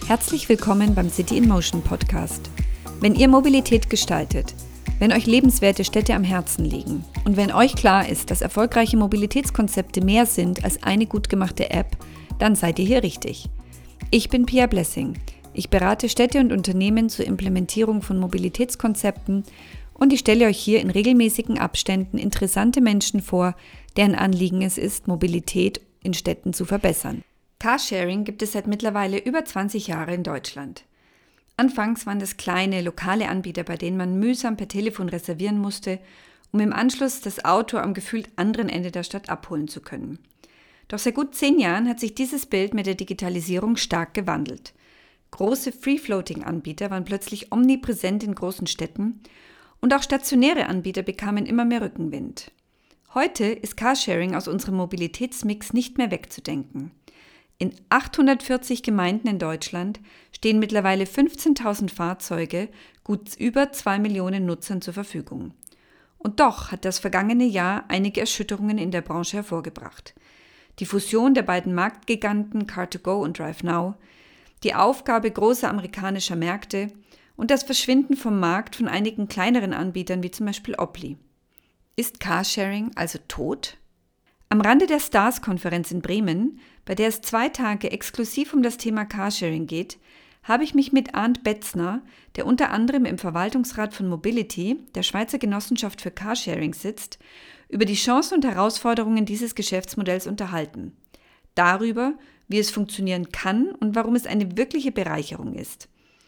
Herzlich willkommen beim City in Motion Podcast. Wenn ihr Mobilität gestaltet, wenn euch lebenswerte Städte am Herzen liegen und wenn euch klar ist, dass erfolgreiche Mobilitätskonzepte mehr sind als eine gut gemachte App, dann seid ihr hier richtig. Ich bin Pia Blessing. Ich berate Städte und Unternehmen zur Implementierung von Mobilitätskonzepten und ich stelle euch hier in regelmäßigen Abständen interessante Menschen vor, deren Anliegen es ist, Mobilität in Städten zu verbessern. Carsharing gibt es seit mittlerweile über 20 Jahren in Deutschland. Anfangs waren das kleine, lokale Anbieter, bei denen man mühsam per Telefon reservieren musste, um im Anschluss das Auto am gefühlt anderen Ende der Stadt abholen zu können. Doch seit gut 10 Jahren hat sich dieses Bild mit der Digitalisierung stark gewandelt. Große Free-Floating-Anbieter waren plötzlich omnipräsent in großen Städten und auch stationäre Anbieter bekamen immer mehr Rückenwind. Heute ist Carsharing aus unserem Mobilitätsmix nicht mehr wegzudenken. In 840 Gemeinden in Deutschland stehen mittlerweile 15.000 Fahrzeuge gut über 2 Millionen Nutzern zur Verfügung. Und doch hat das vergangene Jahr einige Erschütterungen in der Branche hervorgebracht. Die Fusion der beiden Marktgiganten Car2Go und DriveNow, die Aufgabe großer amerikanischer Märkte und das Verschwinden vom Markt von einigen kleineren Anbietern wie zum Beispiel Opli. Ist Carsharing also tot? Am Rande der Stars-Konferenz in Bremen, bei der es 2 Tage exklusiv um das Thema Carsharing geht, habe ich mich mit Arndt Betzner, der unter anderem im Verwaltungsrat von Mobility, der Schweizer Genossenschaft für Carsharing, sitzt, über die Chancen und Herausforderungen dieses Geschäftsmodells unterhalten. Darüber, wie es funktionieren kann und warum es eine wirkliche Bereicherung ist.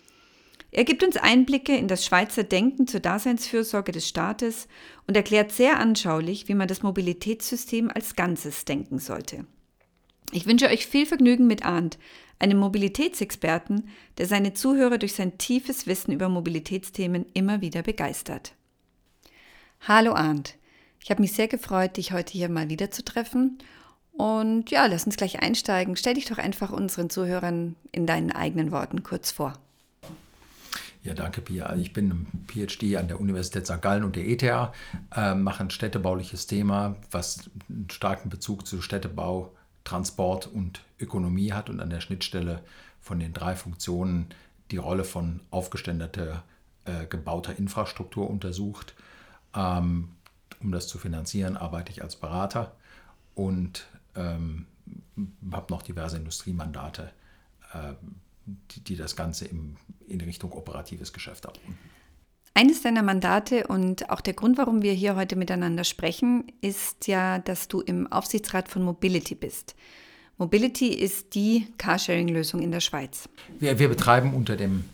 Er gibt uns Einblicke in das Schweizer Denken zur Daseinsfürsorge des Staates und erklärt sehr anschaulich, wie man das Mobilitätssystem als Ganzes denken sollte. Ich wünsche euch viel Vergnügen mit Arndt, einem Mobilitätsexperten, der seine Zuhörer durch sein tiefes Wissen über Mobilitätsthemen immer wieder begeistert. Hallo Arndt, ich habe mich sehr gefreut, dich heute hier mal wieder zu treffen. Und ja, lass uns gleich einsteigen. Stell dich doch einfach unseren Zuhörern in deinen eigenen Worten kurz vor. Ja, danke Pia. Ich bin PhD an der Universität St. Gallen und der ETH, mache ein städtebauliches Thema, was einen starken Bezug zu Städtebau, Transport und Ökonomie hat und an der Schnittstelle von den 3 Funktionen die Rolle von aufgeständerter, gebauter Infrastruktur untersucht. Um das zu finanzieren, arbeite ich als Berater und habe noch diverse Industriemandate, die das Ganze in Richtung operatives Geschäft abrunden. Eines deiner Mandate und auch der Grund, warum wir hier heute miteinander sprechen, ist ja, dass du im Aufsichtsrat von Mobility bist. Mobility ist die Carsharing-Lösung in der Schweiz. Wir betreiben unter dem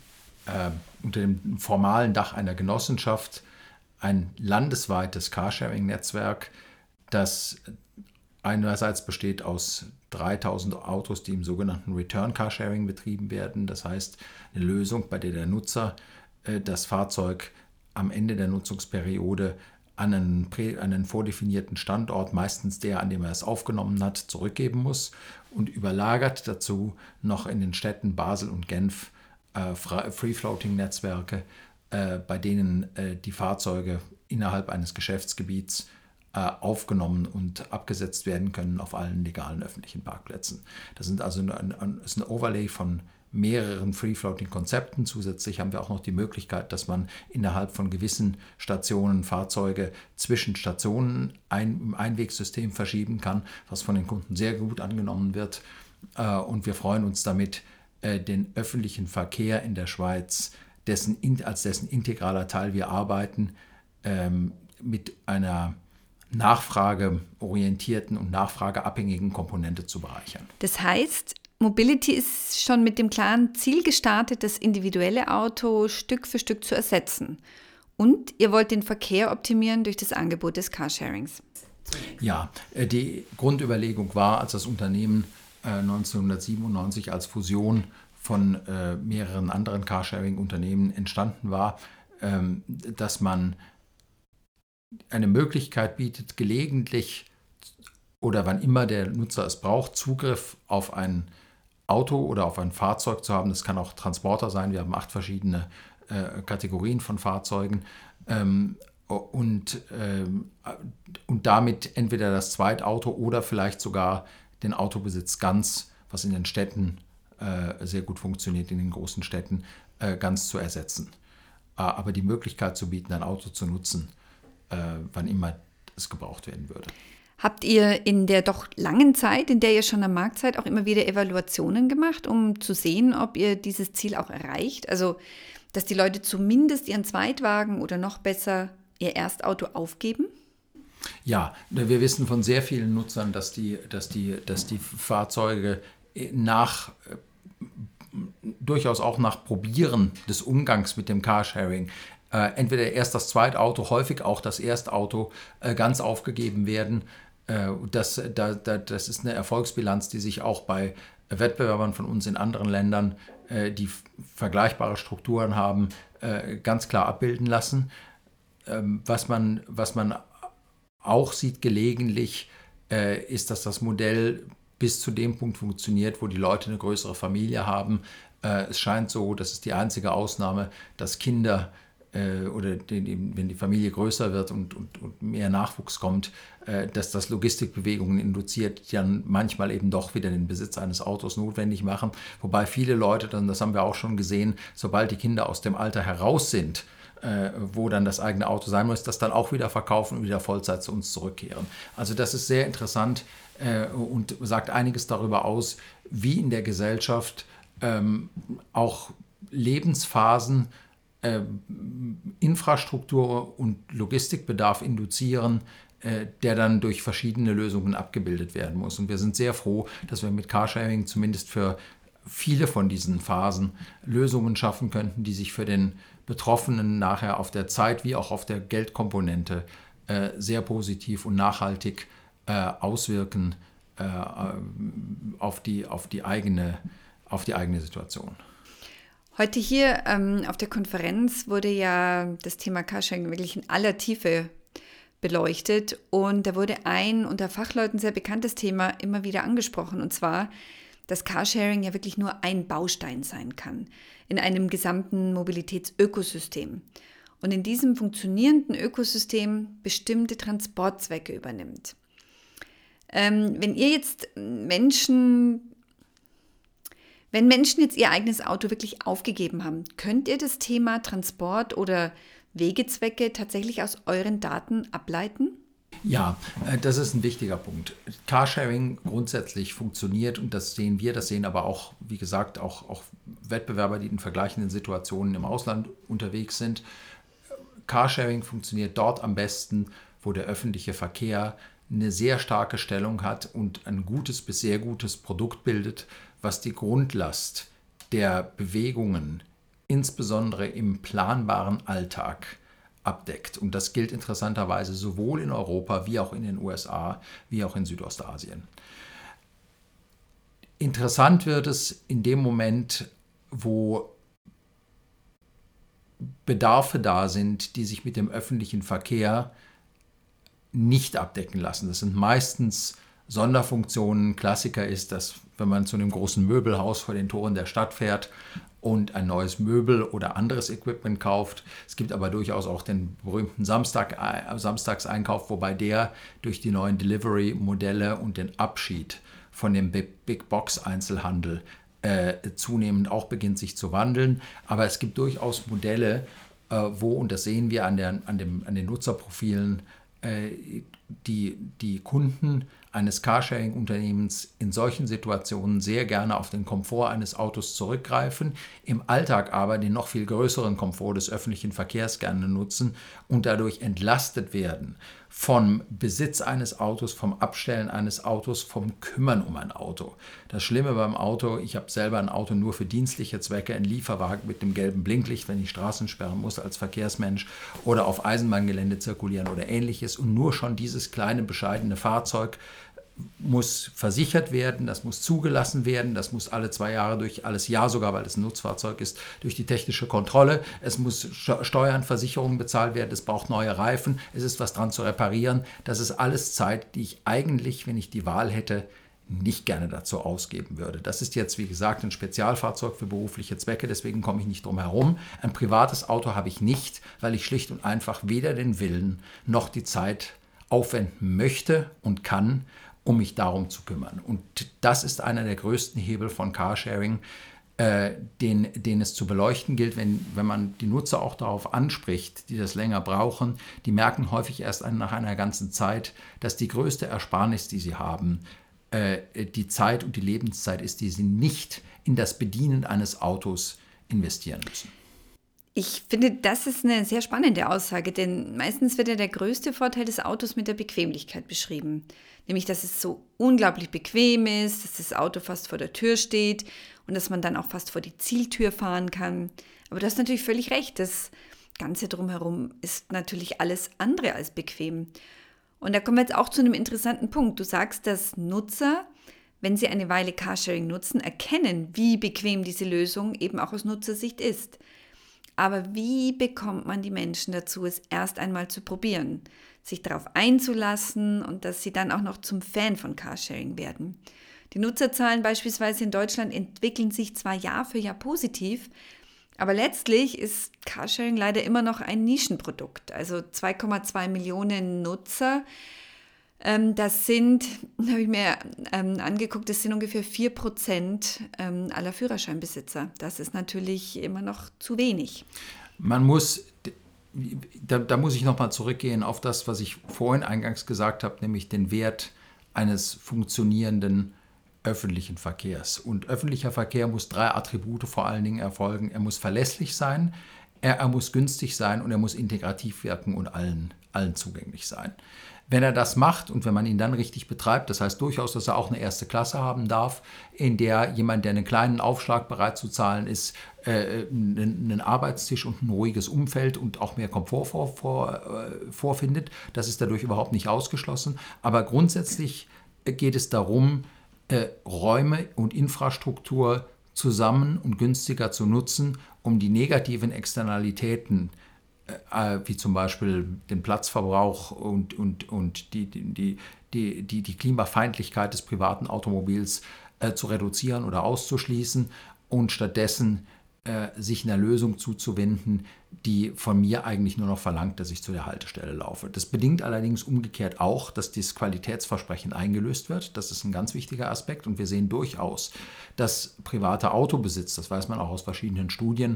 formalen Dach einer Genossenschaft ein landesweites Carsharing-Netzwerk, das einerseits besteht aus 3.000 Autos, die im sogenannten Return Carsharing betrieben werden. Das heißt, eine Lösung, bei der der Nutzer das Fahrzeug am Ende der Nutzungsperiode an einen vordefinierten Standort, meistens der, an dem er es aufgenommen hat, zurückgeben muss und überlagert dazu noch in den Städten Basel und Genf Free-Floating-Netzwerke, bei denen die Fahrzeuge innerhalb eines Geschäftsgebiets aufgenommen und abgesetzt werden können auf allen legalen öffentlichen Parkplätzen. Das sind also ist ein Overlay von mehreren Free-Floating-Konzepten. Zusätzlich haben wir auch noch die Möglichkeit, dass man innerhalb von gewissen Stationen Fahrzeuge zwischen Stationen im Einwegsystem verschieben kann, was von den Kunden sehr gut angenommen wird. Und wir freuen uns damit, den öffentlichen Verkehr in der Schweiz, als dessen integraler Teil wir arbeiten, mit einer nachfrageorientierten und nachfrageabhängigen Komponente zu bereichern. Das heißt, Mobility ist schon mit dem klaren Ziel gestartet, das individuelle Auto Stück für Stück zu ersetzen. Und ihr wollt den Verkehr optimieren durch das Angebot des Carsharings. Ja, die Grundüberlegung war, als das Unternehmen 1997 als Fusion von mehreren anderen Carsharing-Unternehmen entstanden war, dass man eine Möglichkeit bietet, gelegentlich oder wann immer der Nutzer es braucht, Zugriff auf ein Auto oder auf ein Fahrzeug zu haben. Das kann auch Transporter sein. Wir haben 8 verschiedene Kategorien von Fahrzeugen und damit entweder das Zweitauto oder vielleicht sogar den Autobesitz ganz, was in den Städten sehr gut funktioniert in den großen Städten, ganz zu ersetzen. Aber die Möglichkeit zu bieten, ein Auto zu nutzen, wann immer es gebraucht werden würde. Habt ihr in der doch langen Zeit, in der ihr schon am Markt seid, auch immer wieder Evaluationen gemacht, um zu sehen, ob ihr dieses Ziel auch erreicht? Also, dass die Leute zumindest ihren Zweitwagen oder noch besser ihr Erstauto aufgeben? Ja, wir wissen von sehr vielen Nutzern, dass die Fahrzeuge durchaus auch nach Probieren des Umgangs mit dem Carsharing entweder erst das Zweitauto, häufig auch das Erstauto ganz aufgegeben werden. Das ist eine Erfolgsbilanz, die sich auch bei Wettbewerbern von uns in anderen Ländern, die vergleichbare Strukturen haben, ganz klar abbilden lassen. Was man auch sieht gelegentlich, ist, dass das Modell bis zu dem Punkt funktioniert, wo die Leute eine größere Familie haben. Es scheint so, das ist die einzige Ausnahme, dass Kinder oder wenn die Familie größer wird und mehr Nachwuchs kommt, dass das Logistikbewegungen induziert, die dann manchmal eben doch wieder den Besitz eines Autos notwendig machen. Wobei viele Leute dann, das haben wir auch schon gesehen, sobald die Kinder aus dem Alter heraus sind, wo dann das eigene Auto sein muss, das dann auch wieder verkaufen und wieder Vollzeit zu uns zurückkehren. Also das ist sehr interessant und sagt einiges darüber aus, wie in der Gesellschaft auch Lebensphasen Infrastruktur und Logistikbedarf induzieren, der dann durch verschiedene Lösungen abgebildet werden muss. Und wir sind sehr froh, dass wir mit Carsharing zumindest für viele von diesen Phasen Lösungen schaffen könnten, die sich für den Betroffenen nachher auf der Zeit wie auch auf der Geldkomponente sehr positiv und nachhaltig auswirken auf die eigene Situation. Heute hier auf der Konferenz wurde ja das Thema Carsharing wirklich in aller Tiefe beleuchtet und da wurde ein unter Fachleuten sehr bekanntes Thema immer wieder angesprochen, und zwar, dass Carsharing ja wirklich nur ein Baustein sein kann in einem gesamten Mobilitätsökosystem und in diesem funktionierenden Ökosystem bestimmte Transportzwecke übernimmt. Wenn Menschen jetzt ihr eigenes Auto wirklich aufgegeben haben, könnt ihr das Thema Transport oder Wegezwecke tatsächlich aus euren Daten ableiten? Ja, das ist ein wichtiger Punkt. Carsharing grundsätzlich funktioniert und das sehen aber auch, wie gesagt, auch Wettbewerber, die in vergleichenden Situationen im Ausland unterwegs sind. Carsharing funktioniert dort am besten, wo der öffentliche Verkehr eine sehr starke Stellung hat und ein gutes bis sehr gutes Produkt bildet, was die Grundlast der Bewegungen, insbesondere im planbaren Alltag, abdeckt. Und das gilt interessanterweise sowohl in Europa wie auch in den USA, wie auch in Südostasien. Interessant wird es in dem Moment, wo Bedarfe da sind, die sich mit dem öffentlichen Verkehr nicht abdecken lassen. Das sind meistens Sonderfunktionen. Klassiker ist, dass wenn man zu einem großen Möbelhaus vor den Toren der Stadt fährt und ein neues Möbel oder anderes Equipment kauft. Es gibt aber durchaus auch den berühmten Samstagseinkauf, wobei der durch die neuen Delivery-Modelle und den Abschied von dem Big-Box-Einzelhandel zunehmend auch beginnt sich zu wandeln. Aber es gibt durchaus Modelle, wo, und das sehen wir an den Nutzerprofilen, die Kunden eines Carsharing-Unternehmens in solchen Situationen sehr gerne auf den Komfort eines Autos zurückgreifen, im Alltag aber den noch viel größeren Komfort des öffentlichen Verkehrs gerne nutzen und dadurch entlastet werden vom Besitz eines Autos, vom Abstellen eines Autos, vom Kümmern um ein Auto. Das Schlimme beim Auto, ich habe selber ein Auto nur für dienstliche Zwecke, ein Lieferwagen mit dem gelben Blinklicht, wenn ich Straßen sperren muss als Verkehrsmensch oder auf Eisenbahngelände zirkulieren oder ähnliches, und nur schon dieses kleine, bescheidene Fahrzeug muss versichert werden, das muss zugelassen werden, das muss alle 2 Jahre alles Jahr sogar, weil es ein Nutzfahrzeug ist, durch die technische Kontrolle, es muss Steuern, Versicherungen bezahlt werden, es braucht neue Reifen, es ist was dran zu reparieren. Das ist alles Zeit, die ich eigentlich, wenn ich die Wahl hätte, nicht gerne dazu ausgeben würde. Das ist jetzt, wie gesagt, ein Spezialfahrzeug für berufliche Zwecke, deswegen komme ich nicht drum herum. Ein privates Auto habe ich nicht, weil ich schlicht und einfach weder den Willen noch die Zeit aufwenden möchte und kann, um mich darum zu kümmern. Und das ist einer der größten Hebel von Carsharing, den es zu beleuchten gilt, wenn man die Nutzer auch darauf anspricht, die das länger brauchen. Die merken häufig erst nach einer ganzen Zeit, dass die größte Ersparnis, die sie haben, die Zeit und die Lebenszeit ist, die sie nicht in das Bedienen eines Autos investieren müssen. Ich finde, das ist eine sehr spannende Aussage, denn meistens wird ja der größte Vorteil des Autos mit der Bequemlichkeit beschrieben. Nämlich, dass es so unglaublich bequem ist, dass das Auto fast vor der Tür steht und dass man dann auch fast vor die Zieltür fahren kann. Aber du hast natürlich völlig recht, das Ganze drumherum ist natürlich alles andere als bequem. Und da kommen wir jetzt auch zu einem interessanten Punkt. Du sagst, dass Nutzer, wenn sie eine Weile Carsharing nutzen, erkennen, wie bequem diese Lösung eben auch aus Nutzersicht ist. Aber wie bekommt man die Menschen dazu, es erst einmal zu probieren, sich darauf einzulassen und dass sie dann auch noch zum Fan von Carsharing werden? Die Nutzerzahlen beispielsweise in Deutschland entwickeln sich zwar Jahr für Jahr positiv, aber letztlich ist Carsharing leider immer noch ein Nischenprodukt. Also 2,2 Millionen Nutzer, das sind, habe ich mir angeguckt, das sind ungefähr 4% aller Führerscheinbesitzer. Das ist natürlich immer noch zu wenig. Man muss, da muss ich nochmal zurückgehen auf das, was ich vorhin eingangs gesagt habe, nämlich den Wert eines funktionierenden öffentlichen Verkehrs. Und öffentlicher Verkehr muss 3 Attribute vor allen Dingen erfolgen. Er muss verlässlich sein, er muss günstig sein und er muss integrativ wirken und allen zugänglich sein. Wenn er das macht und wenn man ihn dann richtig betreibt, das heißt durchaus, dass er auch eine erste Klasse haben darf, in der jemand, der einen kleinen Aufschlag bereit zu zahlen ist, einen Arbeitstisch und ein ruhiges Umfeld und auch mehr Komfort vorfindet. Das ist dadurch überhaupt nicht ausgeschlossen. Aber grundsätzlich geht es darum, Räume und Infrastruktur zusammen und günstiger zu nutzen, um die negativen Externalitäten wie zum Beispiel den Platzverbrauch und die Klimafeindlichkeit des privaten Automobils zu reduzieren oder auszuschließen und stattdessen sich einer Lösung zuzuwenden, die von mir eigentlich nur noch verlangt, dass ich zu der Haltestelle laufe. Das bedingt allerdings umgekehrt auch, dass dieses Qualitätsversprechen eingelöst wird. Das ist ein ganz wichtiger Aspekt und wir sehen durchaus, dass privater Autobesitz, das weiß man auch aus verschiedenen Studien,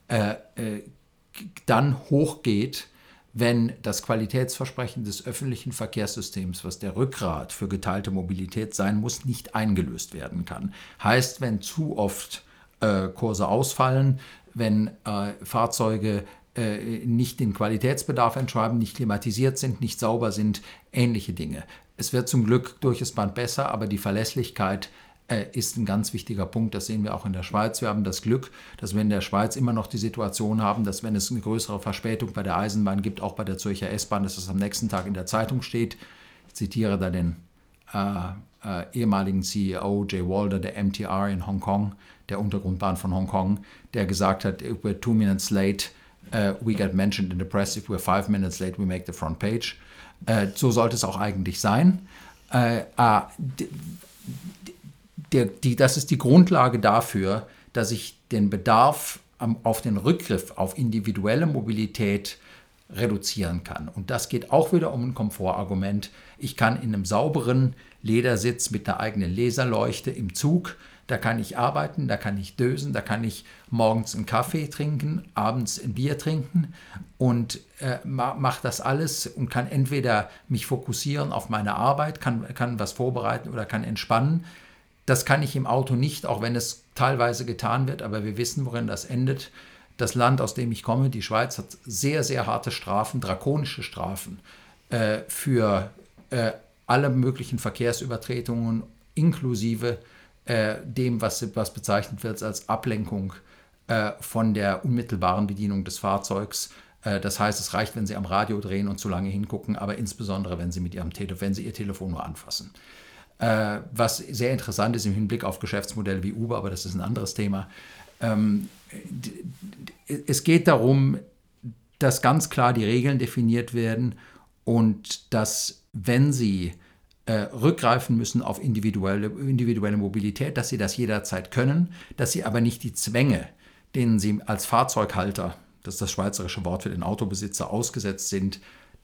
dann hochgeht, wenn das Qualitätsversprechen des öffentlichen Verkehrssystems, was der Rückgrat für geteilte Mobilität sein muss, nicht eingelöst werden kann. Heißt, wenn zu oft Kurse ausfallen, wenn Fahrzeuge nicht den Qualitätsbedarf entschreiben, nicht klimatisiert sind, nicht sauber sind, ähnliche Dinge. Es wird zum Glück durch das Band besser, aber die Verlässlichkeit ist ein ganz wichtiger Punkt. Das sehen wir auch in der Schweiz. Wir haben das Glück, dass wir in der Schweiz immer noch die Situation haben, dass wenn es eine größere Verspätung bei der Eisenbahn gibt, auch bei der Zürcher S-Bahn, dass es am nächsten Tag in der Zeitung steht. Ich zitiere da den ehemaligen CEO Jay Walder der MTR in Hongkong, der Untergrundbahn von Hongkong, der gesagt hat, if we're 2 minutes late, we get mentioned in the press. If we're 5 minutes late, we make the front page. So sollte es auch eigentlich sein. Das ist die Grundlage dafür, dass ich den Bedarf auf den Rückgriff auf individuelle Mobilität reduzieren kann. Und das geht auch wieder um ein Komfortargument. Ich kann in einem sauberen Ledersitz mit einer eigenen Laserleuchte im Zug, da kann ich arbeiten, da kann ich dösen, da kann ich morgens einen Kaffee trinken, abends ein Bier trinken und mache das alles und kann entweder mich fokussieren auf meine Arbeit, kann was vorbereiten oder kann entspannen. Das kann ich im Auto nicht, auch wenn es teilweise getan wird, aber wir wissen, worin das endet. Das Land, aus dem ich komme, die Schweiz, hat sehr, sehr harte Strafen, drakonische Strafen für alle möglichen Verkehrsübertretungen, inklusive dem, was bezeichnet wird als Ablenkung von der unmittelbaren Bedienung des Fahrzeugs. Das heißt, es reicht, wenn Sie am Radio drehen und zu lange hingucken, aber insbesondere, wenn Sie Ihr Telefon nur anfassen. Was sehr interessant ist im Hinblick auf Geschäftsmodelle wie Uber, aber das ist ein anderes Thema. Es geht darum, dass ganz klar die Regeln definiert werden und dass, wenn Sie rückgreifen müssen auf individuelle Mobilität, dass Sie das jederzeit können, dass Sie aber nicht die Zwänge, denen Sie als Fahrzeughalter, das ist das schweizerische Wort für den Autobesitzer, ausgesetzt sind,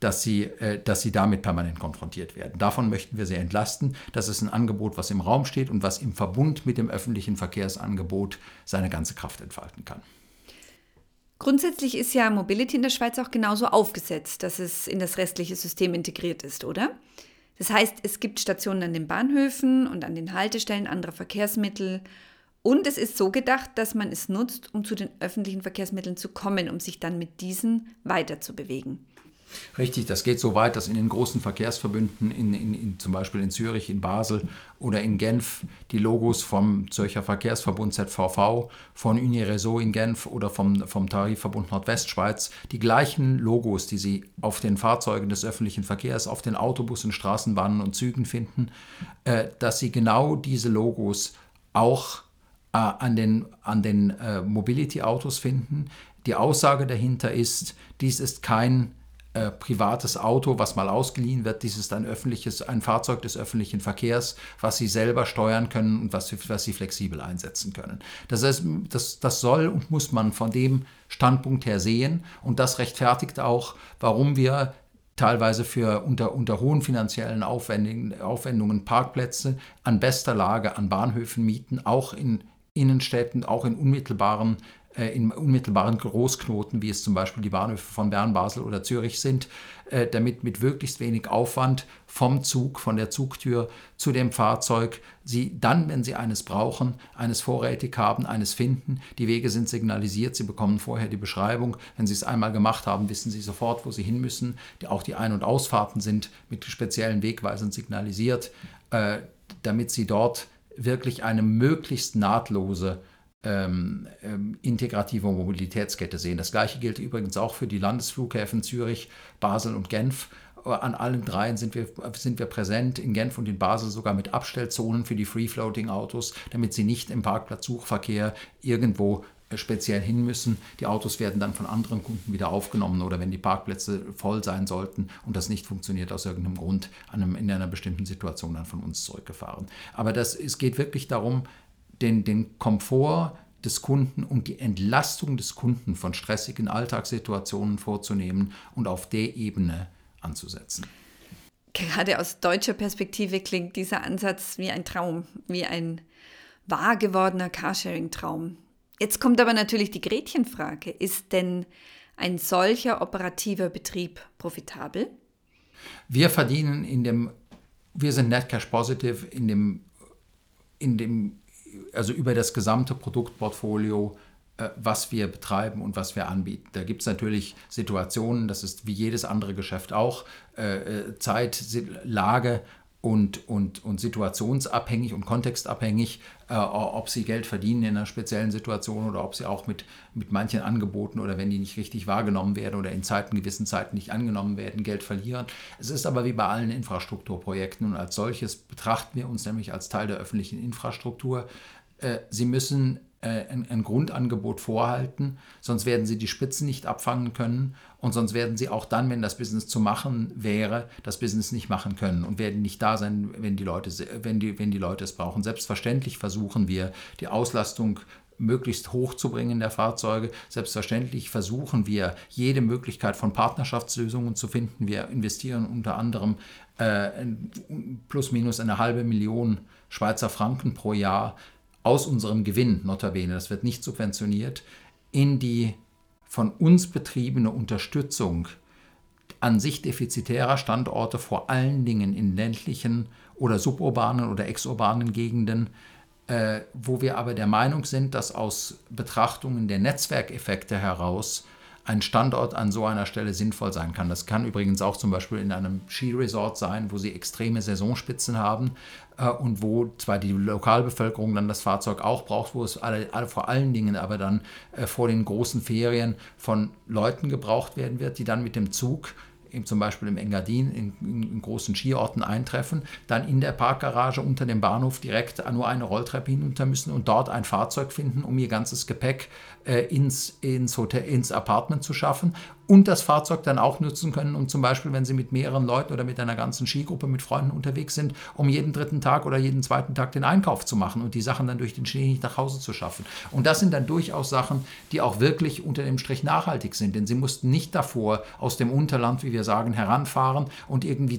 dass sie damit permanent konfrontiert werden. Davon möchten wir sie entlasten. Das ist ein Angebot, was im Raum steht und was im Verbund mit dem öffentlichen Verkehrsangebot seine ganze Kraft entfalten kann. Grundsätzlich ist ja Mobility in der Schweiz auch genauso aufgesetzt, dass es in das restliche System integriert ist, oder? Das heißt, es gibt Stationen an den Bahnhöfen und an den Haltestellen anderer Verkehrsmittel. Und es ist so gedacht, dass man es nutzt, um zu den öffentlichen Verkehrsmitteln zu kommen, um sich dann mit diesen weiterzubewegen. Richtig, das geht so weit, dass in den großen Verkehrsverbünden, zum Beispiel in Zürich, in Basel oder in Genf, die Logos vom Zürcher Verkehrsverbund ZVV, von Uniréseau in Genf oder vom Tarifverbund Nordwestschweiz, die gleichen Logos, die Sie auf den Fahrzeugen des öffentlichen Verkehrs, auf den Autobussen, Straßenbahnen und Zügen finden, dass Sie genau diese Logos auch an den Mobility-Autos finden. Die Aussage dahinter ist, dies ist kein privates Auto, was mal ausgeliehen wird. Dies ist ein Fahrzeug des öffentlichen Verkehrs, was Sie selber steuern können und was Sie flexibel einsetzen können. Das heißt, das soll und muss man von dem Standpunkt her sehen, und das rechtfertigt auch, warum wir teilweise für unter hohen finanziellen Aufwendungen Parkplätze an bester Lage an Bahnhöfen mieten, auch in Innenstädten, auch in unmittelbaren Großknoten, wie es zum Beispiel die Bahnhöfe von Bern, Basel oder Zürich sind, damit mit möglichst wenig Aufwand vom Zug, von der Zugtür zu dem Fahrzeug, Sie dann, wenn Sie eines brauchen, eines vorrätig haben, eines finden. Die Wege sind signalisiert, Sie bekommen vorher die Beschreibung. Wenn Sie es einmal gemacht haben, wissen Sie sofort, wo Sie hin müssen. Auch die Ein- und Ausfahrten sind mit speziellen Wegweisern signalisiert, damit Sie dort wirklich eine möglichst nahtlose integrative Mobilitätskette sehen. Das Gleiche gilt übrigens auch für die Landesflughäfen Zürich, Basel und Genf. An allen dreien sind wir präsent, in Genf und in Basel sogar mit Abstellzonen für die Free-Floating-Autos, damit sie nicht im Parkplatzsuchverkehr irgendwo speziell hin müssen. Die Autos werden dann von anderen Kunden wieder aufgenommen, oder wenn die Parkplätze voll sein sollten und das nicht funktioniert aus irgendeinem Grund, in einer bestimmten Situation dann von uns zurückgefahren. Aber es geht wirklich darum, den Komfort des Kunden und die Entlastung des Kunden von stressigen Alltagssituationen vorzunehmen und auf der Ebene anzusetzen. Gerade aus deutscher Perspektive klingt dieser Ansatz wie ein Traum, wie ein wahr gewordener Carsharing-Traum. Jetzt kommt aber natürlich die Gretchenfrage: Ist denn ein solcher operativer Betrieb profitabel? Wir sind Net Cash Positive also über das gesamte Produktportfolio, was wir betreiben und was wir anbieten. Da gibt es natürlich Situationen, das ist wie jedes andere Geschäft auch, Zeit, Lage und situationsabhängig und kontextabhängig, ob Sie Geld verdienen in einer speziellen Situation oder ob Sie auch mit manchen Angeboten, oder wenn die nicht richtig wahrgenommen werden oder in gewissen Zeiten nicht angenommen werden, Geld verlieren. Es ist aber wie bei allen Infrastrukturprojekten, und als solches betrachten wir uns nämlich als Teil der öffentlichen Infrastruktur. Sie müssen ein Grundangebot vorhalten, sonst werden Sie die Spitzen nicht abfangen können, und sonst werden Sie auch dann, wenn das Business zu machen wäre, das Business nicht machen können und werden nicht da sein, wenn die Leute es brauchen. Selbstverständlich versuchen wir, die Auslastung möglichst hoch zu bringen der Fahrzeuge. Selbstverständlich versuchen wir, jede Möglichkeit von Partnerschaftslösungen zu finden. Wir investieren unter anderem plus minus 500.000 Schweizer Franken pro Jahr aus unserem Gewinn, notabene, das wird nicht subventioniert, in die von uns betriebene Unterstützung an sich defizitärer Standorte, vor allen Dingen in ländlichen oder suburbanen oder exurbanen Gegenden, wo wir aber der Meinung sind, dass aus Betrachtungen der Netzwerkeffekte heraus ein Standort an so einer Stelle sinnvoll sein kann. Das kann übrigens auch zum Beispiel in einem Skiresort sein, wo Sie extreme Saisonspitzen haben und wo zwar die Lokalbevölkerung dann das Fahrzeug auch braucht, wo es vor allen Dingen aber dann vor den großen Ferien von Leuten gebraucht werden wird, die dann mit dem Zug zum Beispiel im Engadin in großen Skiorten eintreffen, dann in der Parkgarage unter dem Bahnhof direkt nur eine Rolltreppe hinunter müssen und dort ein Fahrzeug finden, um ihr ganzes Gepäck ins Apartment zu schaffen und das Fahrzeug dann auch nutzen können, um zum Beispiel, wenn Sie mit mehreren Leuten oder mit einer ganzen Skigruppe, mit Freunden unterwegs sind, um jeden dritten Tag oder jeden zweiten Tag den Einkauf zu machen und die Sachen dann durch den Schnee nicht nach Hause zu schaffen. Und das sind dann durchaus Sachen, die auch wirklich unter dem Strich nachhaltig sind, denn Sie mussten nicht davor aus dem Unterland, wie wir sagen, heranfahren und irgendwie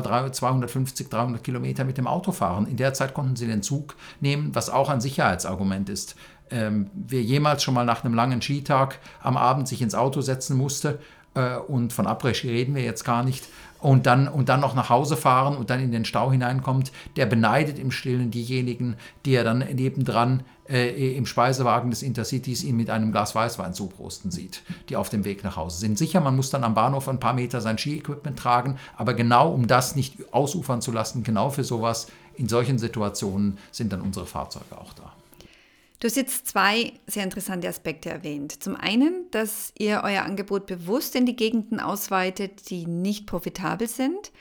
250, 300 Kilometer mit dem Auto fahren. In der Zeit konnten Sie den Zug nehmen, was auch ein Sicherheitsargument ist. Wer jemals schon mal nach einem langen Skitag am Abend sich ins Auto setzen musste, und von Après-Ski reden wir jetzt gar nicht, und dann noch nach Hause fahren und dann in den Stau hineinkommt, der beneidet im Stillen diejenigen, die er dann nebendran im Speisewagen des Intercitys ihn mit einem Glas Weißwein zuprosten sieht, die auf dem Weg nach Hause sind. Sicher, man muss dann am Bahnhof ein paar Meter sein Ski-Equipment tragen, aber genau um das nicht ausufern zu lassen, genau für sowas, in solchen Situationen sind dann unsere Fahrzeuge auch da. Du hast jetzt 2 sehr interessante Aspekte erwähnt. Zum einen, dass ihr euer Angebot bewusst in die Gegenden ausweitet, die nicht profitabel sind,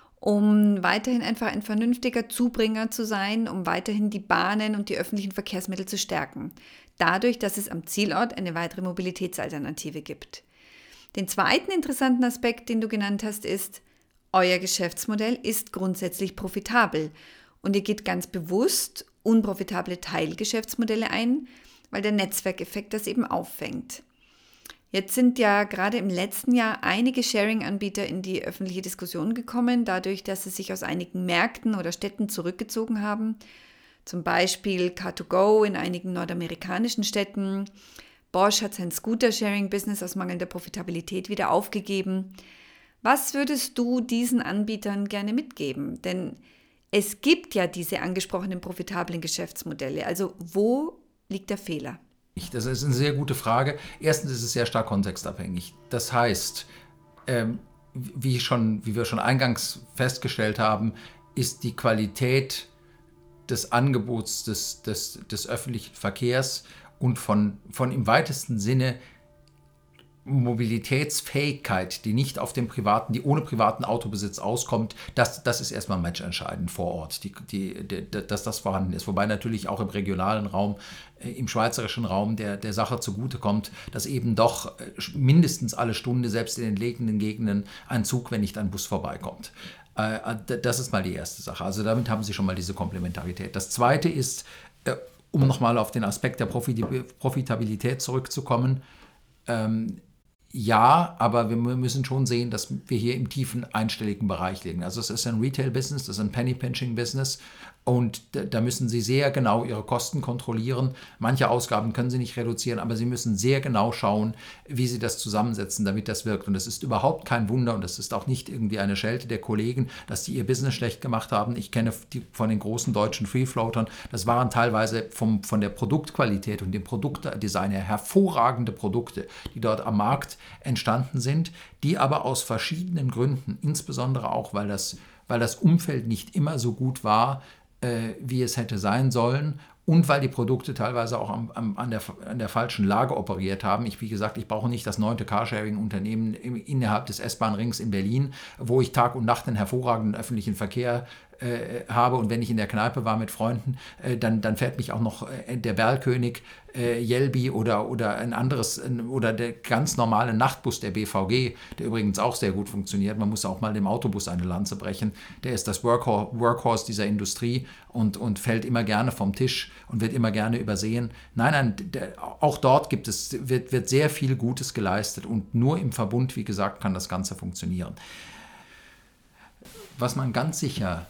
um weiterhin einfach ein vernünftiger Zubringer zu sein, um weiterhin die Bahnen und die öffentlichen Verkehrsmittel zu stärken. Dadurch, dass es am Zielort eine weitere Mobilitätsalternative gibt. Den zweiten interessanten Aspekt, den du genannt hast, ist, euer Geschäftsmodell ist grundsätzlich profitabel und ihr geht ganz bewusst unprofitable Teilgeschäftsmodelle ein, weil der Netzwerkeffekt das eben auffängt. Jetzt sind ja gerade im letzten Jahr einige Sharing-Anbieter in die öffentliche Diskussion gekommen, dadurch, dass sie sich aus einigen Märkten oder Städten zurückgezogen haben. Zum Beispiel Car2Go in einigen nordamerikanischen Städten. Bosch hat sein Scooter-Sharing-Business aus mangelnder Profitabilität wieder aufgegeben. Was würdest du diesen Anbietern gerne mitgeben? Denn es gibt ja diese angesprochenen profitablen Geschäftsmodelle. Also wo liegt der Fehler? Das ist eine sehr gute Frage. Erstens ist es sehr stark kontextabhängig. Das heißt, wie wir schon eingangs festgestellt haben, ist die Qualität des Angebots des öffentlichen Verkehrs und von im weitesten Sinne Mobilitätsfähigkeit, die nicht auf dem die ohne privaten Autobesitz auskommt, das ist erstmal matchentscheidend vor Ort, dass das vorhanden ist. Wobei natürlich auch im regionalen Raum, im schweizerischen Raum der Sache zugutekommt, dass eben doch mindestens alle Stunde, selbst in den entlegenen Gegenden, ein Zug, wenn nicht ein Bus vorbeikommt. Das ist mal die erste Sache. Also damit haben Sie schon mal diese Komplementarität. Das Zweite ist, um nochmal auf den Aspekt der Profitabilität zurückzukommen, ja, aber wir müssen schon sehen, dass wir hier im tiefen einstelligen Bereich liegen. Also es ist ein Retail-Business, das ist ein Penny-Pinching-Business und da müssen Sie sehr genau Ihre Kosten kontrollieren. Manche Ausgaben können Sie nicht reduzieren, aber Sie müssen sehr genau schauen, wie Sie das zusammensetzen, damit das wirkt. Und es ist überhaupt kein Wunder und es ist auch nicht irgendwie eine Schelte der Kollegen, dass die ihr Business schlecht gemacht haben. Ich kenne die von den großen deutschen Freefloatern, das waren teilweise von der Produktqualität und dem Produktdesign her hervorragende Produkte, die dort am Markt entstanden sind, die aber aus verschiedenen Gründen, insbesondere auch, weil das Umfeld nicht immer so gut war, wie es hätte sein sollen und weil die Produkte teilweise auch an der falschen Lage operiert haben. Wie gesagt, ich brauche nicht das 9. Carsharing-Unternehmen innerhalb des S-Bahn-Rings in Berlin, wo ich Tag und Nacht einen hervorragenden öffentlichen Verkehr habe und wenn ich in der Kneipe war mit Freunden, dann fährt mich auch noch der Berlkönig, Jelbi oder ein anderes oder der ganz normale Nachtbus der BVG, der übrigens auch sehr gut funktioniert. Man muss auch mal dem Autobus eine Lanze brechen. Der ist das Workhorse dieser Industrie und fällt immer gerne vom Tisch und wird immer gerne übersehen. Nein, auch dort wird sehr viel Gutes geleistet und nur im Verbund, wie gesagt, kann das Ganze funktionieren. Was man ganz sicher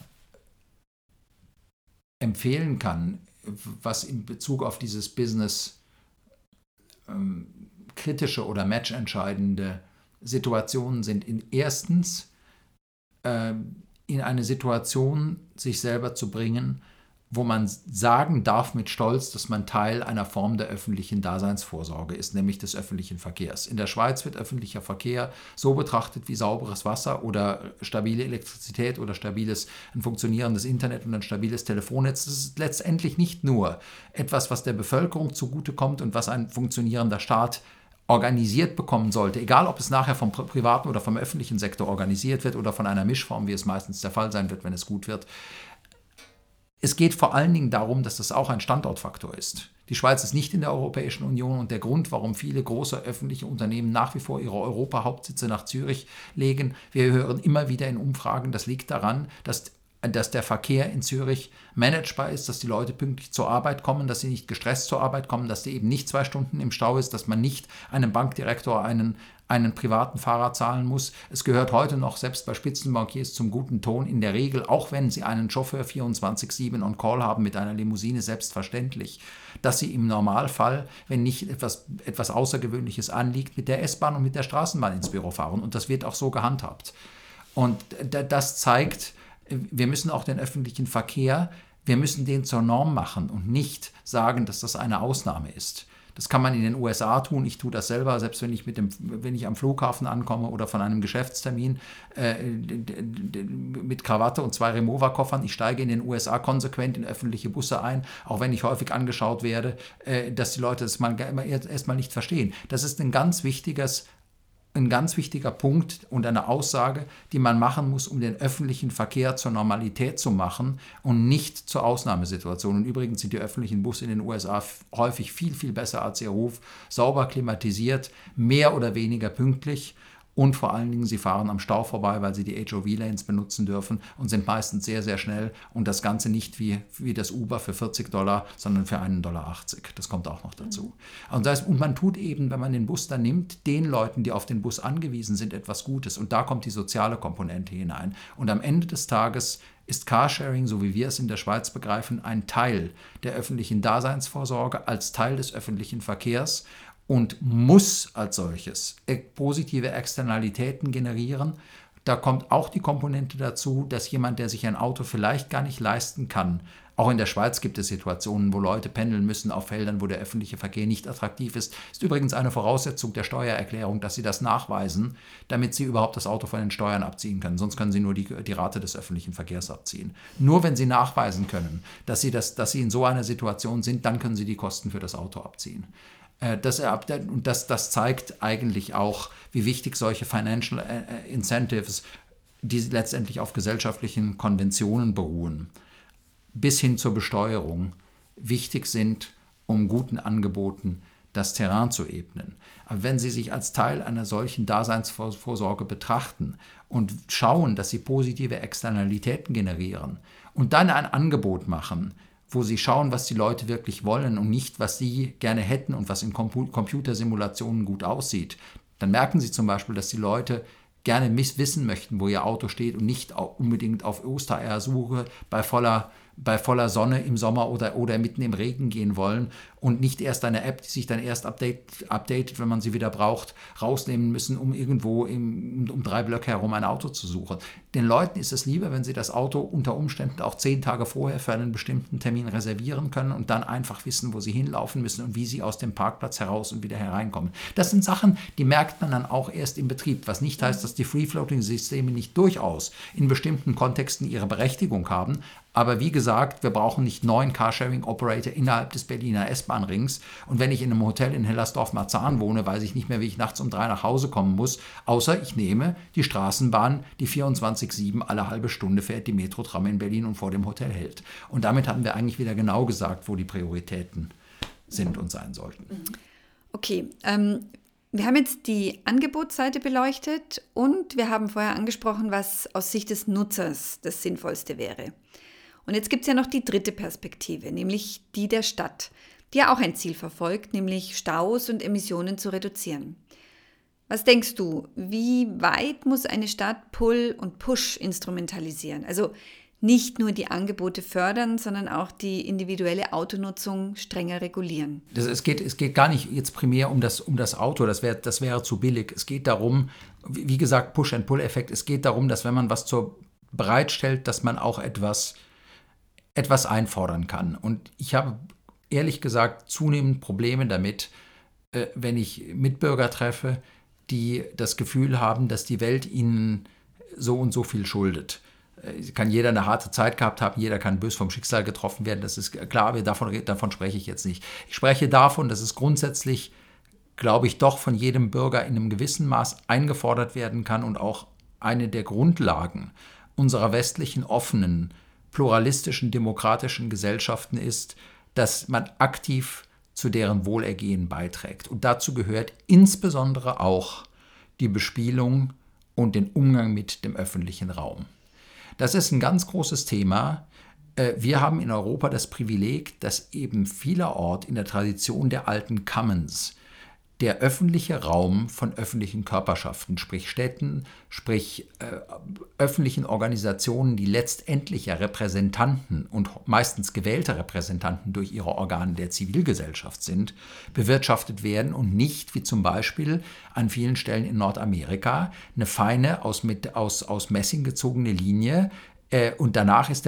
empfehlen kann, was in Bezug auf dieses Business kritische oder matchentscheidende Situationen sind, erstens in eine Situation sich selber zu bringen, wo man sagen darf mit Stolz, dass man Teil einer Form der öffentlichen Daseinsvorsorge ist, nämlich des öffentlichen Verkehrs. In der Schweiz wird öffentlicher Verkehr so betrachtet wie sauberes Wasser oder stabile Elektrizität oder ein funktionierendes Internet und ein stabiles Telefonnetz. Das ist letztendlich nicht nur etwas, was der Bevölkerung zugutekommt und was ein funktionierender Staat organisiert bekommen sollte, egal ob es nachher vom privaten oder vom öffentlichen Sektor organisiert wird oder von einer Mischform, wie es meistens der Fall sein wird, wenn es gut wird. Es geht vor allen Dingen darum, dass das auch ein Standortfaktor ist. Die Schweiz ist nicht in der Europäischen Union und der Grund, warum viele große öffentliche Unternehmen nach wie vor ihre Europahauptsitze nach Zürich legen, wir hören immer wieder in Umfragen, das liegt daran, dass der Verkehr in Zürich managebar ist, dass die Leute pünktlich zur Arbeit kommen, dass sie nicht gestresst zur Arbeit kommen, dass die eben nicht 2 Stunden im Stau ist, dass man nicht einem Bankdirektor einen privaten Fahrer zahlen muss. Es gehört heute noch, selbst bei Spitzenbankiers, zum guten Ton in der Regel, auch wenn sie einen Chauffeur 24/7 on Call haben mit einer Limousine, selbstverständlich, dass sie im Normalfall, wenn nicht etwas Außergewöhnliches anliegt, mit der S-Bahn und mit der Straßenbahn ins Büro fahren. Und das wird auch so gehandhabt. Und das zeigt, wir müssen auch den öffentlichen Verkehr, wir müssen den zur Norm machen und nicht sagen, dass das eine Ausnahme ist. Das kann man in den USA tun, ich tue das selber, selbst wenn ich am Flughafen ankomme oder von einem Geschäftstermin mit Krawatte und 2 Remover-Koffern. Ich steige in den USA konsequent in öffentliche Busse ein, auch wenn ich häufig angeschaut werde, dass die Leute das erstmal nicht verstehen. Das ist ein ganz wichtiger Punkt und eine Aussage, die man machen muss, um den öffentlichen Verkehr zur Normalität zu machen und nicht zur Ausnahmesituation. Und übrigens sind die öffentlichen Busse in den USA häufig viel, viel besser als ihr Ruf, sauber klimatisiert, mehr oder weniger pünktlich. Und vor allen Dingen, sie fahren am Stau vorbei, weil sie die HOV-Lanes benutzen dürfen und sind meistens sehr, sehr schnell. Und das Ganze nicht wie das Uber für $40, sondern für $1,80. Das kommt auch noch dazu. Und man tut eben, wenn man den Bus dann nimmt, den Leuten, die auf den Bus angewiesen sind, etwas Gutes. Und da kommt die soziale Komponente hinein. Und am Ende des Tages ist Carsharing, so wie wir es in der Schweiz begreifen, ein Teil der öffentlichen Daseinsvorsorge als Teil des öffentlichen Verkehrs und muss als solches positive Externalitäten generieren. Da kommt auch die Komponente dazu, dass jemand, der sich ein Auto vielleicht gar nicht leisten kann, auch in der Schweiz gibt es Situationen, wo Leute pendeln müssen auf Feldern, wo der öffentliche Verkehr nicht attraktiv ist. Ist übrigens eine Voraussetzung der Steuererklärung, dass sie das nachweisen, damit sie überhaupt das Auto von den Steuern abziehen können. Sonst können sie nur die Rate des öffentlichen Verkehrs abziehen. Nur wenn sie nachweisen können, dass sie in so einer Situation sind, dann können sie die Kosten für das Auto abziehen. Das zeigt eigentlich auch, wie wichtig solche Financial Incentives, die letztendlich auf gesellschaftlichen Konventionen beruhen, bis hin zur Besteuerung, wichtig sind, um guten Angeboten das Terrain zu ebnen. Aber wenn Sie sich als Teil einer solchen Daseinsvorsorge betrachten und schauen, dass Sie positive Externalitäten generieren und dann ein Angebot machen, wo sie schauen, was die Leute wirklich wollen und nicht, was sie gerne hätten und was in Computersimulationen gut aussieht, dann merken sie zum Beispiel, dass die Leute gerne wissen möchten, wo ihr Auto steht und nicht unbedingt auf Ostereiersuche bei voller Sonne im Sommer oder mitten im Regen gehen wollen und nicht erst eine App, die sich dann erst updatet, wenn man sie wieder braucht, rausnehmen müssen, um irgendwo um 3 Blöcke herum ein Auto zu suchen. Den Leuten ist es lieber, wenn sie das Auto unter Umständen auch 10 Tage vorher für einen bestimmten Termin reservieren können und dann einfach wissen, wo sie hinlaufen müssen und wie sie aus dem Parkplatz heraus und wieder hereinkommen. Das sind Sachen, die merkt man dann auch erst im Betrieb, was nicht heißt, dass die Free-Floating-Systeme nicht durchaus in bestimmten Kontexten ihre Berechtigung haben. Aber wie gesagt, wir brauchen nicht 9 Carsharing-Operator innerhalb des Berliner S-Bahn-Rings. Und wenn ich in einem Hotel in Hellersdorf-Marzahn wohne, weiß ich nicht mehr, wie ich nachts um 3 nach Hause kommen muss, außer ich nehme die Straßenbahn, die 24/7 alle halbe Stunde fährt, die Metro-Tram in Berlin und vor dem Hotel hält. Und damit haben wir eigentlich wieder genau gesagt, wo die Prioritäten sind und sein sollten. Okay, wir haben jetzt die Angebotsseite beleuchtet und wir haben vorher angesprochen, was aus Sicht des Nutzers das Sinnvollste wäre. Und jetzt gibt es ja noch die dritte Perspektive, nämlich die der Stadt, die ja auch ein Ziel verfolgt, nämlich Staus und Emissionen zu reduzieren. Was denkst du, wie weit muss eine Stadt Pull und Push instrumentalisieren? Also nicht nur die Angebote fördern, sondern auch die individuelle Autonutzung strenger regulieren. Es geht gar nicht jetzt primär um das Auto, das wäre zu billig. Es geht darum, wie gesagt, Push-and-Pull-Effekt, es geht darum, dass wenn man was bereitstellt, dass man auch etwas einfordern kann. Und ich habe ehrlich gesagt zunehmend Probleme damit, wenn ich Mitbürger treffe, die das Gefühl haben, dass die Welt ihnen so und so viel schuldet. Kann jeder eine harte Zeit gehabt haben, jeder kann bös vom Schicksal getroffen werden, das ist klar, aber davon spreche ich jetzt nicht. Ich spreche davon, dass es grundsätzlich, glaube ich, doch von jedem Bürger in einem gewissen Maß eingefordert werden kann und auch eine der Grundlagen unserer westlichen, offenen, pluralistischen, demokratischen Gesellschaften ist, dass man aktiv zu deren Wohlergehen beiträgt. Und dazu gehört insbesondere auch die Bespielung und den Umgang mit dem öffentlichen Raum. Das ist ein ganz großes Thema. Wir haben in Europa das Privileg, dass eben vielerorts in der Tradition der alten Commons der öffentliche Raum von öffentlichen Körperschaften, sprich Städten, sprich öffentlichen Organisationen, die letztendlich ja Repräsentanten und meistens gewählte Repräsentanten durch ihre Organe der Zivilgesellschaft sind, bewirtschaftet werden und nicht, wie zum Beispiel an vielen Stellen in Nordamerika, eine feine aus Messing gezogene Linie, und danach ist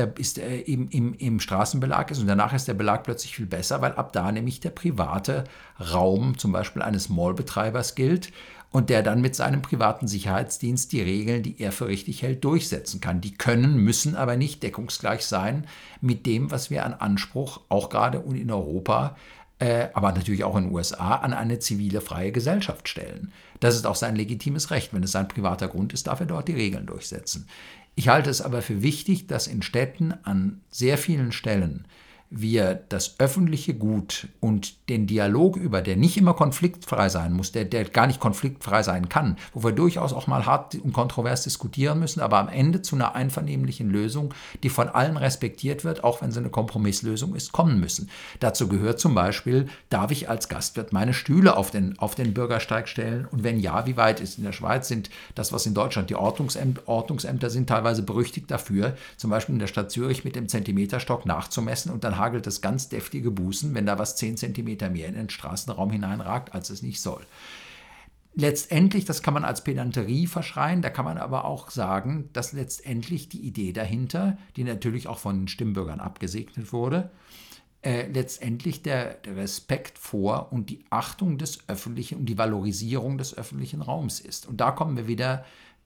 im Straßenbelag ist und danach ist der Belag plötzlich viel besser, weil ab da nämlich der private Raum zum Beispiel eines Mallbetreibers gilt und der dann mit seinem privaten Sicherheitsdienst die Regeln, die er für richtig hält, durchsetzen kann. Die müssen aber nicht deckungsgleich sein mit dem, was wir an Anspruch, auch gerade in Europa, aber natürlich auch in den USA, an eine zivile, freie Gesellschaft stellen. Das ist auch sein legitimes Recht. Wenn es sein privater Grund ist, darf er dort die Regeln durchsetzen. Ich halte es aber für wichtig, dass in Städten an sehr vielen Stellen wir das öffentliche Gut und den Dialog der nicht immer konfliktfrei sein muss, der gar nicht konfliktfrei sein kann, wo wir durchaus auch mal hart und kontrovers diskutieren müssen, aber am Ende zu einer einvernehmlichen Lösung, die von allen respektiert wird, auch wenn sie eine Kompromisslösung ist, kommen müssen. Dazu gehört zum Beispiel, darf ich als Gastwirt meine Stühle auf den Bürgersteig stellen und wenn ja, wie weit ist? In der Schweiz sind das, was in Deutschland die Ordnungsämter sind, teilweise berüchtigt dafür, zum Beispiel in der Stadt Zürich mit dem Zentimeterstock nachzumessen und dann hagelt es ganz deftige Bußen, wenn da was 10 Zentimeter mehr in den Straßenraum hineinragt, als es nicht soll. Letztendlich, das kann man als Pedanterie verschreien, da kann man aber auch sagen, dass letztendlich die Idee dahinter, die natürlich auch von den Stimmbürgern abgesegnet wurde, letztendlich der Respekt vor und die Achtung des Öffentlichen und die Valorisierung des öffentlichen Raums ist. Und da kommen wir wieder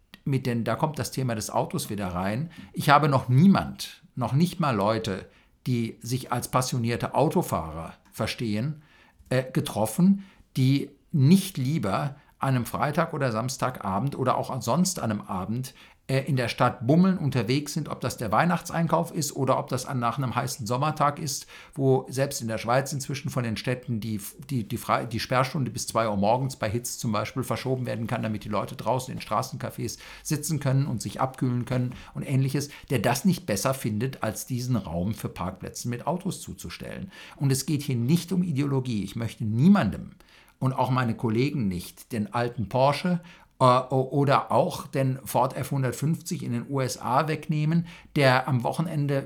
da kommt das Thema des Autos wieder rein. Ich habe noch nicht mal Leute, die sich als passionierte Autofahrer verstehen, getroffen, die nicht lieber an einem Freitag oder Samstagabend oder auch sonst an einem Abend in der Stadt bummeln, unterwegs sind, ob das der Weihnachtseinkauf ist oder ob das nach einem heißen Sommertag ist, wo selbst in der Schweiz inzwischen von den Städten die Sperrstunde bis 2 Uhr morgens bei Hitze zum Beispiel verschoben werden kann, damit die Leute draußen in Straßencafés sitzen können und sich abkühlen können und Ähnliches, der das nicht besser findet, als diesen Raum für Parkplätze mit Autos zuzustellen. Und es geht hier nicht um Ideologie. Ich möchte niemandem und auch meine Kollegen nicht den alten Porsche oder auch den Ford F-150 in den USA wegnehmen, der am Wochenende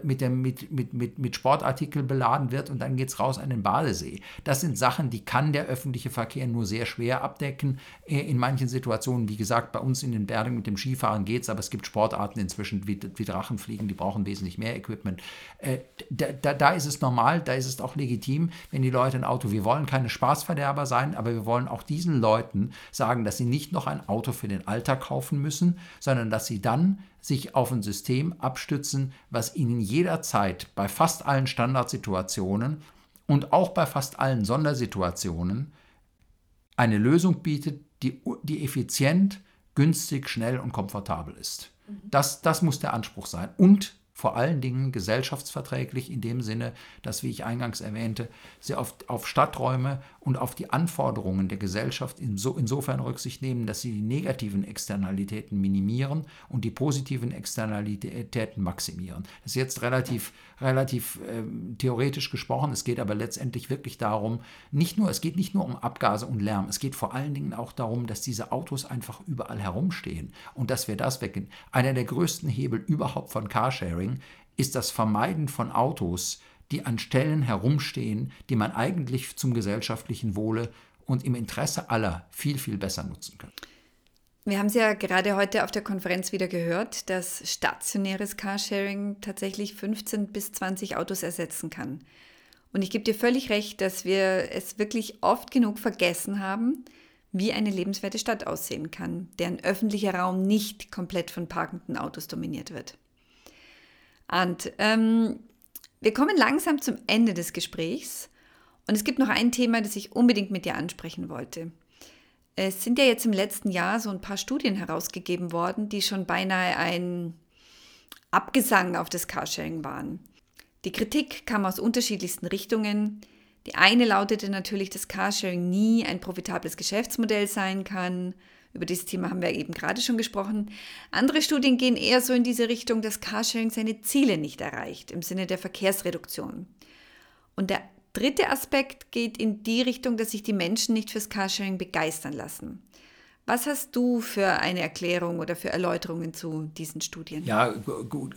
mit Sportartikeln beladen wird und dann geht es raus an den Badesee. Das sind Sachen, die kann der öffentliche Verkehr nur sehr schwer abdecken. In manchen Situationen, wie gesagt, bei uns in den Bergen mit dem Skifahren geht es, aber es gibt Sportarten inzwischen wie Drachenfliegen, die brauchen wesentlich mehr Equipment. Da ist es normal, da ist es auch legitim, wenn die Leute ein Auto, wir wollen keine Spaßverderber sein, aber wir wollen auch diesen Leuten sagen, dass sie nicht noch ein Auto für den Alltag kaufen müssen, sondern dass sie dann sich auf ein System abstützen, was ihnen jederzeit bei fast allen Standardsituationen und auch bei fast allen Sondersituationen eine Lösung bietet, die effizient, günstig, schnell und komfortabel ist. Das muss der Anspruch sein und vor allen Dingen gesellschaftsverträglich in dem Sinne, dass, wie ich eingangs erwähnte, sie auf Stadträume und auf die Anforderungen der Gesellschaft insofern Rücksicht nehmen, dass sie die negativen Externalitäten minimieren und die positiven Externalitäten maximieren. Das ist jetzt relativ theoretisch gesprochen, es geht aber letztendlich wirklich darum, es geht nicht nur um Abgase und Lärm, es geht vor allen Dingen auch darum, dass diese Autos einfach überall herumstehen und dass wir das weggehen. Einer der größten Hebel überhaupt von Carsharing ist das Vermeiden von Autos, die an Stellen herumstehen, die man eigentlich zum gesellschaftlichen Wohle und im Interesse aller viel, viel besser nutzen kann. Wir haben es ja gerade heute auf der Konferenz wieder gehört, dass stationäres Carsharing tatsächlich 15 bis 20 Autos ersetzen kann. Und ich gebe dir völlig recht, dass wir es wirklich oft genug vergessen haben, wie eine lebenswerte Stadt aussehen kann, deren öffentlicher Raum nicht komplett von parkenden Autos dominiert wird. Und wir kommen langsam zum Ende des Gesprächs und es gibt noch ein Thema, das ich unbedingt mit dir ansprechen wollte. Es sind ja jetzt im letzten Jahr so ein paar Studien herausgegeben worden, die schon beinahe ein Abgesang auf das Carsharing waren. Die Kritik kam aus unterschiedlichsten Richtungen. Die eine lautete natürlich, dass Carsharing nie ein profitables Geschäftsmodell sein kann. Über dieses Thema haben wir eben gerade schon gesprochen. Andere Studien gehen eher so in diese Richtung, dass Carsharing seine Ziele nicht erreicht, im Sinne der Verkehrsreduktion. Und der dritte Aspekt geht in die Richtung, dass sich die Menschen nicht fürs Carsharing begeistern lassen. Was hast du für eine Erklärung oder für Erläuterungen zu diesen Studien? Ja, gut,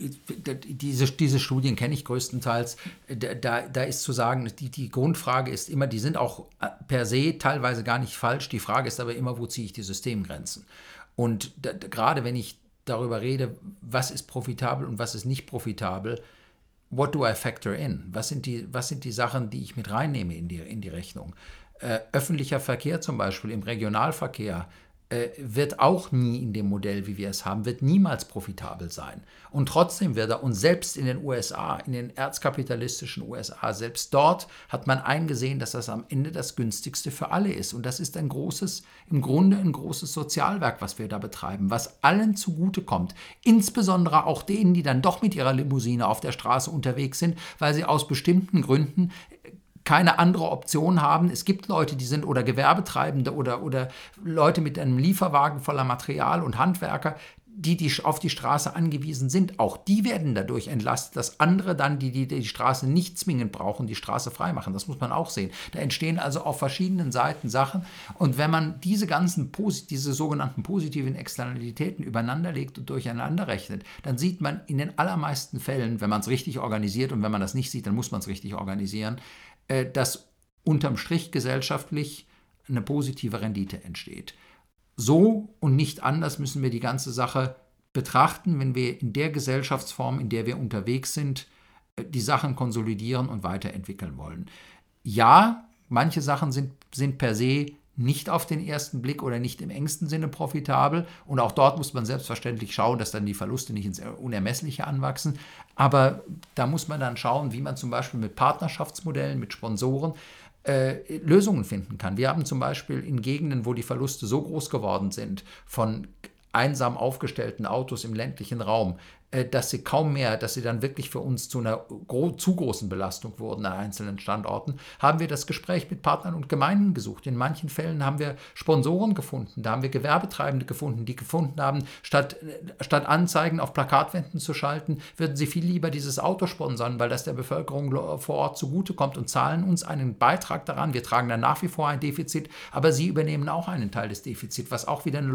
diese Studien kenne ich größtenteils. Da ist zu sagen, die Grundfrage ist immer, die sind auch per se teilweise gar nicht falsch. Die Frage ist aber immer, wo ziehe ich die Systemgrenzen? Und gerade wenn ich darüber rede, was ist profitabel und was ist nicht profitabel, what do I factor in? Was sind die Sachen, die ich mit reinnehme in die Rechnung? Öffentlicher Verkehr zum Beispiel im Regionalverkehr wird auch nie in dem Modell, wie wir es haben, wird niemals profitabel sein. Und trotzdem wird er, und selbst in den USA, in den erzkapitalistischen USA, selbst dort hat man eingesehen, dass das am Ende das günstigste für alle ist. Und das ist im Grunde ein großes Sozialwerk, was wir da betreiben, was allen zugutekommt. Insbesondere auch denen, die dann doch mit ihrer Limousine auf der Straße unterwegs sind, weil sie aus bestimmten Gründen keine andere Option haben. Es gibt Leute, die sind oder Gewerbetreibende oder Leute mit einem Lieferwagen voller Material und Handwerker, die auf die Straße angewiesen sind. Auch die werden dadurch entlastet, dass andere dann, die Straße nicht zwingend brauchen, die Straße freimachen. Das muss man auch sehen. Da entstehen also auf verschiedenen Seiten Sachen. Und wenn man diese sogenannten positiven Externalitäten übereinander legt und durcheinander rechnet, dann sieht man in den allermeisten Fällen, wenn man es richtig organisiert, und wenn man das nicht sieht, dann muss man es richtig organisieren, dass unterm Strich gesellschaftlich eine positive Rendite entsteht. So und nicht anders müssen wir die ganze Sache betrachten, wenn wir in der Gesellschaftsform, in der wir unterwegs sind, die Sachen konsolidieren und weiterentwickeln wollen. Ja, manche Sachen sind per se nicht auf den ersten Blick oder nicht im engsten Sinne profitabel. Und auch dort muss man selbstverständlich schauen, dass dann die Verluste nicht ins Unermessliche anwachsen. Aber da muss man dann schauen, wie man zum Beispiel mit Partnerschaftsmodellen, mit Sponsoren Lösungen finden kann. Wir haben zum Beispiel in Gegenden, wo die Verluste so groß geworden sind, von einsam aufgestellten Autos im ländlichen Raum, dass sie dann wirklich für uns zu einer zu großen Belastung wurden an einzelnen Standorten, haben wir das Gespräch mit Partnern und Gemeinden gesucht. In manchen Fällen haben wir Sponsoren gefunden, da haben wir Gewerbetreibende gefunden, die gefunden haben, statt Anzeigen auf Plakatwänden zu schalten, würden sie viel lieber dieses Auto sponsern, weil das der Bevölkerung vor Ort zugutekommt und zahlen uns einen Beitrag daran. Wir tragen dann nach wie vor ein Defizit, aber sie übernehmen auch einen Teil des Defizits, was auch wieder eine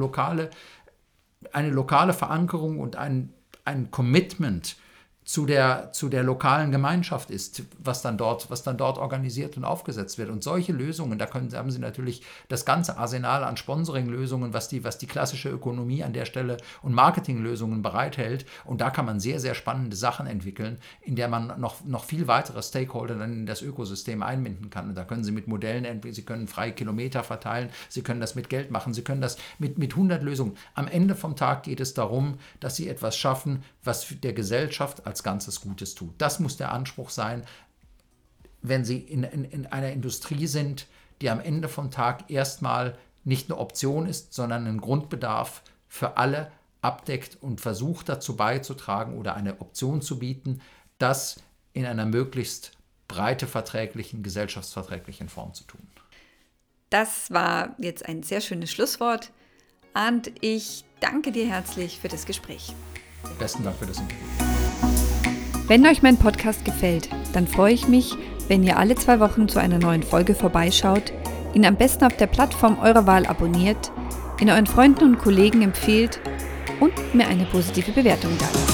lokale Verankerung und ein Commitment zu der lokalen Gemeinschaft ist, was dann dort organisiert und aufgesetzt wird. Und solche Lösungen, haben Sie natürlich das ganze Arsenal an Sponsoring-Lösungen, was die klassische Ökonomie an der Stelle und Marketinglösungen bereithält. Und da kann man sehr, sehr spannende Sachen entwickeln, in der man noch viel weitere Stakeholder dann in das Ökosystem einbinden kann. Und da können Sie mit Modellen, Sie können freie Kilometer verteilen, Sie können das mit Geld machen, Sie können das mit 100 Lösungen. Am Ende vom Tag geht es darum, dass Sie etwas schaffen, was der Gesellschaft als Ganzes Gutes tut. Das muss der Anspruch sein, wenn Sie in einer Industrie sind, die am Ende vom Tag erstmal nicht eine Option ist, sondern einen Grundbedarf für alle abdeckt und versucht dazu beizutragen oder eine Option zu bieten, das in einer möglichst breite gesellschaftsverträglichen Form zu tun. Das war jetzt ein sehr schönes Schlusswort und ich danke dir herzlich für das Gespräch. Besten Dank für das Interview. Wenn euch mein Podcast gefällt, dann freue ich mich, wenn ihr alle 2 Wochen zu einer neuen Folge vorbeischaut, ihn am besten auf der Plattform eurer Wahl abonniert, ihn euren Freunden und Kollegen empfehlt und mir eine positive Bewertung da lasst.